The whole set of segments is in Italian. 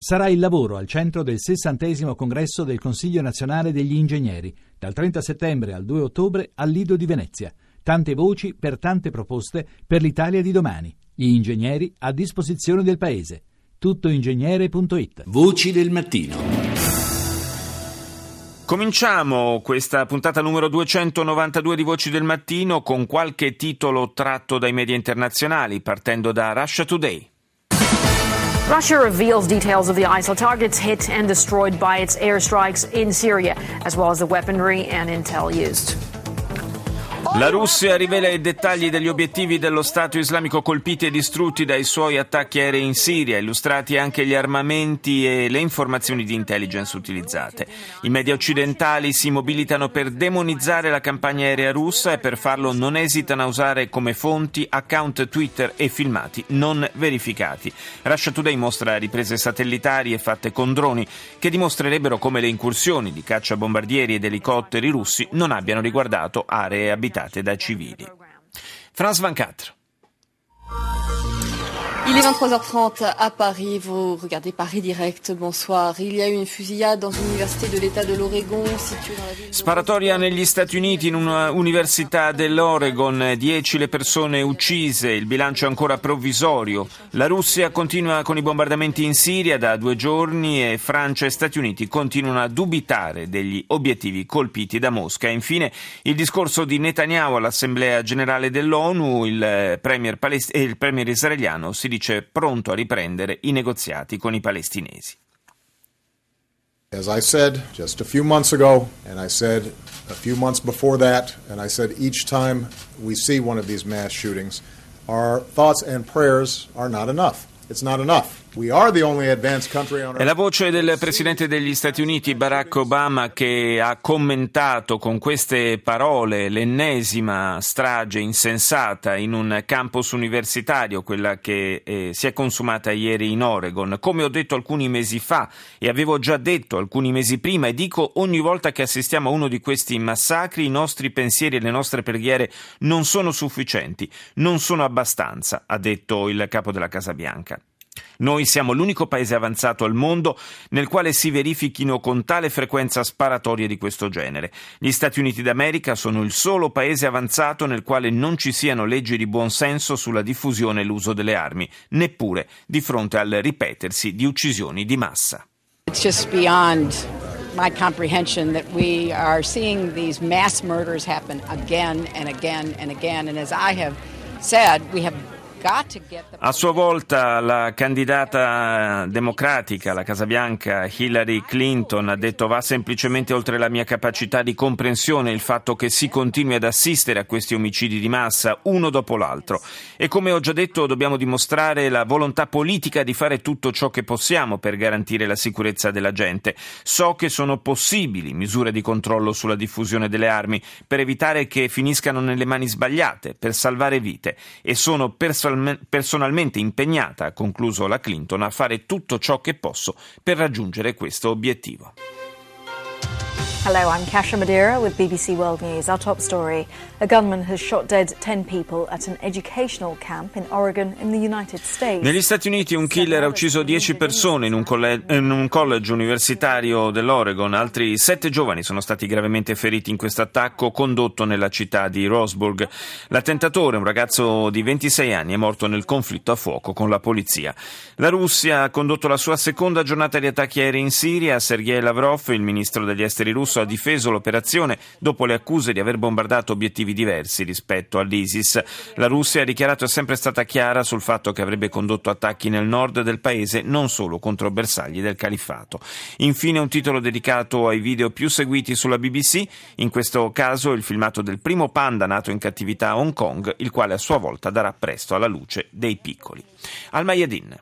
Sarà il lavoro al centro del 60° congresso del Consiglio Nazionale degli Ingegneri, dal 30 settembre al 2 ottobre al Lido di Venezia. Tante voci per tante proposte per l'Italia di domani. Gli ingegneri a disposizione del Paese. Tuttoingegnere.it. Voci del mattino. Cominciamo questa puntata numero 292 di Voci del Mattino con qualche titolo tratto dai media internazionali, partendo da Russia Today. Russia reveals details of the ISIL targets hit and destroyed by its airstrikes in Syria, as well as the weaponry and intel used. La Russia rivela i dettagli degli obiettivi dello Stato islamico colpiti e distrutti dai suoi attacchi aerei in Siria, illustrati anche gli armamenti e le informazioni di intelligence utilizzate. I media occidentali si mobilitano per demonizzare la campagna aerea russa e per farlo non esitano a usare come fonti account Twitter e filmati non verificati. Russia Today mostra riprese satellitari e fatte con droni che dimostrerebbero come le incursioni di cacciabombardieri ed elicotteri russi non abbiano riguardato aree abitate da civili. France 24. Il est 23h30 à Paris, vous regardez Paris Direct, bonsoir. Il y a eu une fusillade dans l'université de l'État de l'Oregon, située dans la ville de... Sparatoria negli Stati Uniti in un'università dell'Oregon, 10 le persone uccise, il bilancio è ancora provvisorio. La Russia continua con i bombardamenti in Siria da 2 giorni e Francia e Stati Uniti continuano a dubitare degli obiettivi colpiti da Mosca. E infine il discorso di Netanyahu all'Assemblea Generale dell'ONU, il premier israeliano si dice pronto a riprendere i negoziati con i palestinesi. As I said just a few months ago, and I said a few months before that, and I said each time we see one of these mass shootings, our thoughts and prayers are not enough. It's not enough. We are the only advanced country on earth. È la voce del presidente degli Stati Uniti Barack Obama che ha commentato con queste parole l'ennesima strage insensata in un campus universitario, quella che si è consumata ieri in Oregon. Come ho detto alcuni mesi fa e avevo già detto alcuni mesi prima e dico ogni volta che assistiamo a uno di questi massacri, i nostri pensieri e le nostre preghiere non sono sufficienti, non sono abbastanza, ha detto il capo della Casa Bianca. Noi siamo l'unico paese avanzato al mondo nel quale si verifichino con tale frequenza sparatorie di questo genere. Gli Stati Uniti d'America sono il solo paese avanzato nel quale non ci siano leggi di buon senso sulla diffusione e l'uso delle armi, neppure di fronte al ripetersi di uccisioni di massa. It's just beyond my comprehension that we are seeing these mass murders happen again and again and again, and as I have said, we have... A sua volta la candidata democratica alla Casa Bianca Hillary Clinton ha detto: va semplicemente oltre la mia capacità di comprensione il fatto che si continui ad assistere a questi omicidi di massa uno dopo l'altro e, come ho già detto, dobbiamo dimostrare la volontà politica di fare tutto ciò che possiamo per garantire la sicurezza della gente. So che sono possibili misure di controllo sulla diffusione delle armi per evitare che finiscano nelle mani sbagliate, per salvare vite, e sono personalmente impegnata, ha concluso la Clinton, a fare tutto ciò che posso per raggiungere questo obiettivo. Hello, I'm Kasia Madeira with BBC World News. Our top story: a gunman has shot dead 10 people at an educational camp in Oregon in the United States. Negli Stati Uniti un killer ha ucciso 10 persone in un college universitario dell'Oregon. Altri 7 giovani sono stati gravemente feriti in questo attacco condotto nella città di Roseburg. L'attentatore, un ragazzo di 26 anni, è morto nel conflitto a fuoco con la polizia. La Russia ha condotto la sua seconda giornata di attacchi aerei in Siria. Sergei Lavrov, il ministro degli esteri russo, ha difeso l'operazione dopo le accuse di aver bombardato obiettivi diversi rispetto all'ISIS. La Russia ha dichiarato è sempre stata chiara sul fatto che avrebbe condotto attacchi nel nord del paese, non solo contro bersagli del califfato. Infine un titolo dedicato ai video più seguiti sulla BBC, in questo caso il filmato del primo panda nato in cattività a Hong Kong, il quale a sua volta darà presto alla luce dei piccoli. Al Mayadin.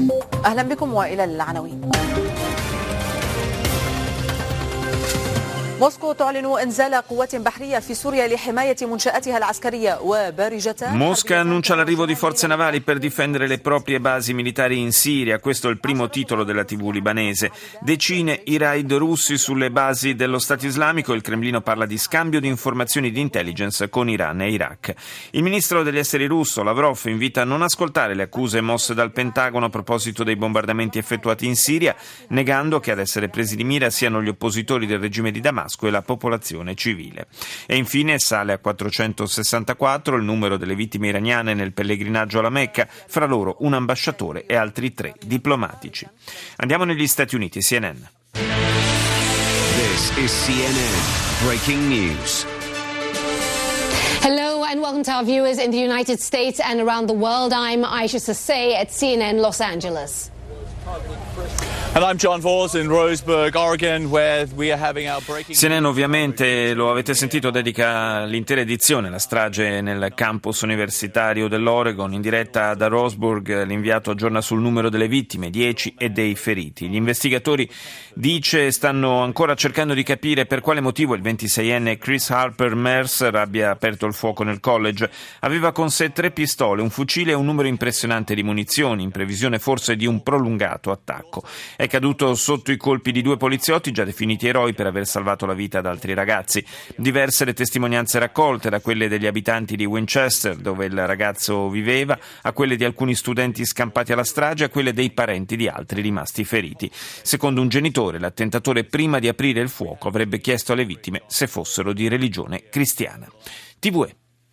أهلا بكم وإلى العناوين. موسكو تعلن إنزال قوات بحرية في سوريا لحماية منشآتها العسكرية وبارجة. Mosca annuncia l'arrivo di forze navali per difendere le proprie basi militari in Siria. Questo è il primo titolo della TV libanese. Decine i raid russi sulle basi dello Stato islamico. Il Cremlino parla di scambio di informazioni di intelligence con Iran e Iraq. Il ministro degli esteri russo, Lavrov, invita a non ascoltare le accuse mosse dal Pentagono a proposito dei bombardamenti effettuati in Siria, negando che ad essere presi di mira siano gli oppositori del regime di Damasco e la popolazione civile. E infine sale a 464 il numero delle vittime iraniane nel pellegrinaggio alla Mecca, fra loro un ambasciatore e altri 3 diplomatici. Andiamo negli Stati Uniti, CNN. This is CNN Breaking News. Hello and welcome to our viewers in the United States and around the world. I'm Aisha Sasay at CNN Los Angeles. And I'm John Vos in Roseburg, Oregon, where we are having our breaking. CNN ovviamente, lo avete sentito, dedica l'intera edizione alla strage nel campus universitario dell'Oregon. In diretta da Roseburg l'inviato aggiorna sul numero delle vittime, 10, e dei feriti. Gli investigatori, dice, stanno ancora cercando di capire per quale motivo il 26enne Chris Harper Mercer abbia aperto il fuoco nel college. Aveva con sé 3 pistole, un fucile e un numero impressionante di munizioni, in previsione forse di un prolungato attacco. È caduto sotto i colpi di 2 poliziotti già definiti eroi per aver salvato la vita ad altri ragazzi. Diverse le testimonianze raccolte, da quelle degli abitanti di Winchester, dove il ragazzo viveva, a quelle di alcuni studenti scampati alla strage, a quelle dei parenti di altri rimasti feriti. Secondo un genitore, l'attentatore prima di aprire il fuoco avrebbe chiesto alle vittime se fossero di religione cristiana. TVE.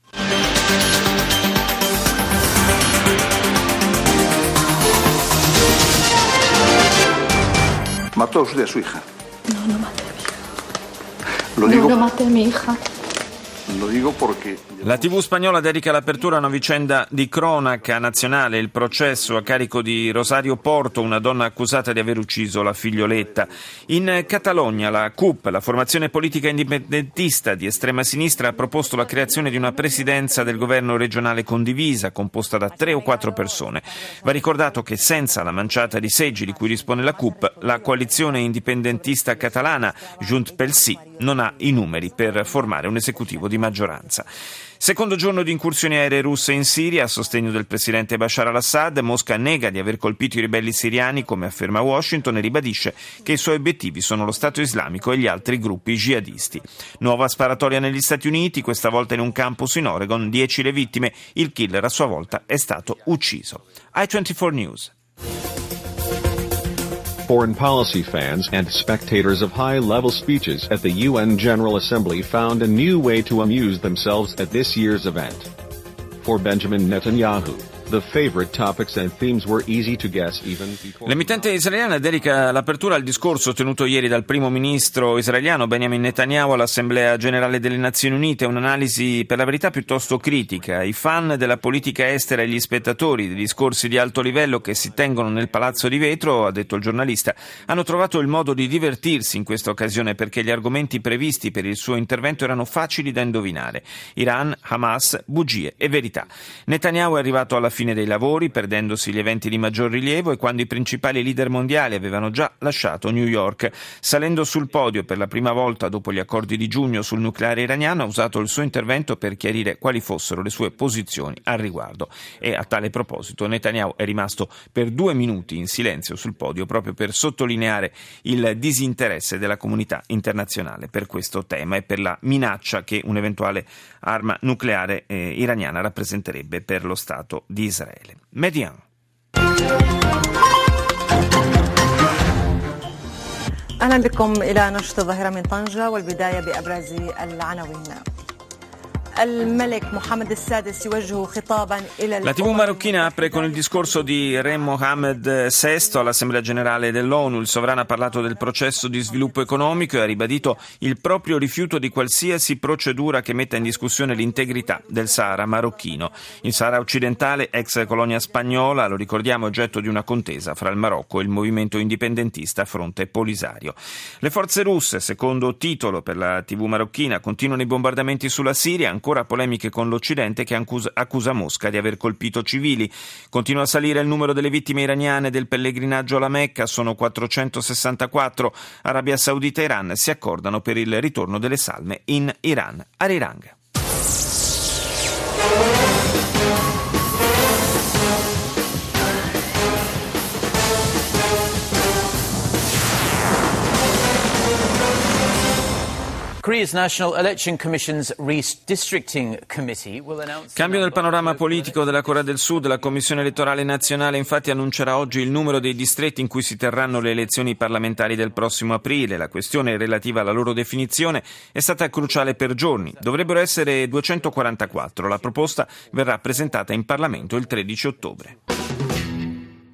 ¿Mató usted a su hija? No, no maté a mi hija. Lo digo, no maté a mi hija. Lo dico perché. La TV spagnola dedica l'apertura a una vicenda di cronaca nazionale, il processo a carico di Rosario Porto, una donna accusata di aver ucciso la figlioletta. In Catalogna la CUP, la formazione politica indipendentista di estrema sinistra, ha proposto la creazione di una presidenza del governo regionale condivisa, composta da 3 o 4 persone. Va ricordato che senza la manciata di seggi di cui dispone la CUP, la coalizione indipendentista catalana Junts pel Sí non ha i numeri per formare un esecutivo di maggioranza. Secondo giorno di incursioni aeree russe in Siria a sostegno del presidente Bashar al-Assad. Mosca nega di aver colpito i ribelli siriani, come afferma Washington, e ribadisce che i suoi obiettivi sono lo Stato islamico e gli altri gruppi jihadisti. Nuova sparatoria negli Stati Uniti, questa volta in un campus in Oregon, 10 le vittime, il killer a sua volta è stato ucciso. I24 News. Foreign policy fans and spectators of high-level speeches at the UN General Assembly found a new way to amuse themselves at this year's event. For Benjamin Netanyahu, the favorite topics and themes were easy to guess even before. L'emittente israeliana dedica l'apertura al discorso tenuto ieri dal primo ministro israeliano Benjamin Netanyahu all'Assemblea Generale delle Nazioni Unite, un'analisi per la verità piuttosto critica. I fan della politica estera e gli spettatori dei discorsi di alto livello che si tengono nel Palazzo di Vetro, ha detto il giornalista, hanno trovato il modo di divertirsi in questa occasione perché gli argomenti previsti per il suo intervento erano facili da indovinare: Iran, Hamas, bugie e verità. Netanyahu è arrivato alla fine dei lavori, perdendosi gli eventi di maggior rilievo, e quando i principali leader mondiali avevano già lasciato New York. Salendo sul podio per la prima volta dopo gli accordi di giugno sul nucleare iraniano, ha usato il suo intervento per chiarire quali fossero le sue posizioni al riguardo. E a tale proposito Netanyahu è rimasto per 2 minuti in silenzio sul podio, proprio per sottolineare il disinteresse della comunità internazionale per questo tema e per la minaccia che un'eventuale arma nucleare iraniana rappresenterebbe per lo Stato di Israele. Median. أهلا بكم إلى نشرة الظاهرة من طنجة والبداية بأبرز العناوين. La TV marocchina apre con il discorso di Re Mohammed VI all'Assemblea Generale dell'ONU. Il sovrano ha parlato del processo di sviluppo economico e ha ribadito il proprio rifiuto di qualsiasi procedura che metta in discussione l'integrità del Sahara marocchino. Il Sahara occidentale, ex colonia spagnola, lo ricordiamo, oggetto di una contesa fra il Marocco e il movimento indipendentista Fronte Polisario. Le forze russe, secondo titolo per la TV marocchina, continuano i bombardamenti sulla Siria. ancora polemiche con l'Occidente che accusa Mosca di aver colpito civili. Continua a salire il numero delle vittime iraniane del pellegrinaggio alla Mecca, sono 464. Arabia Saudita e Iran si accordano per il ritorno delle salme in Iran. Arirang. Korea's National Election Commission's Redistricting Committee will announce... Cambio nel panorama politico della Corea del Sud. La Commissione elettorale nazionale infatti annuncerà oggi il numero dei distretti in cui si terranno le elezioni parlamentari del prossimo aprile. La questione relativa alla loro definizione è stata cruciale per giorni. Dovrebbero essere 244. La proposta verrà presentata in Parlamento il 13 ottobre.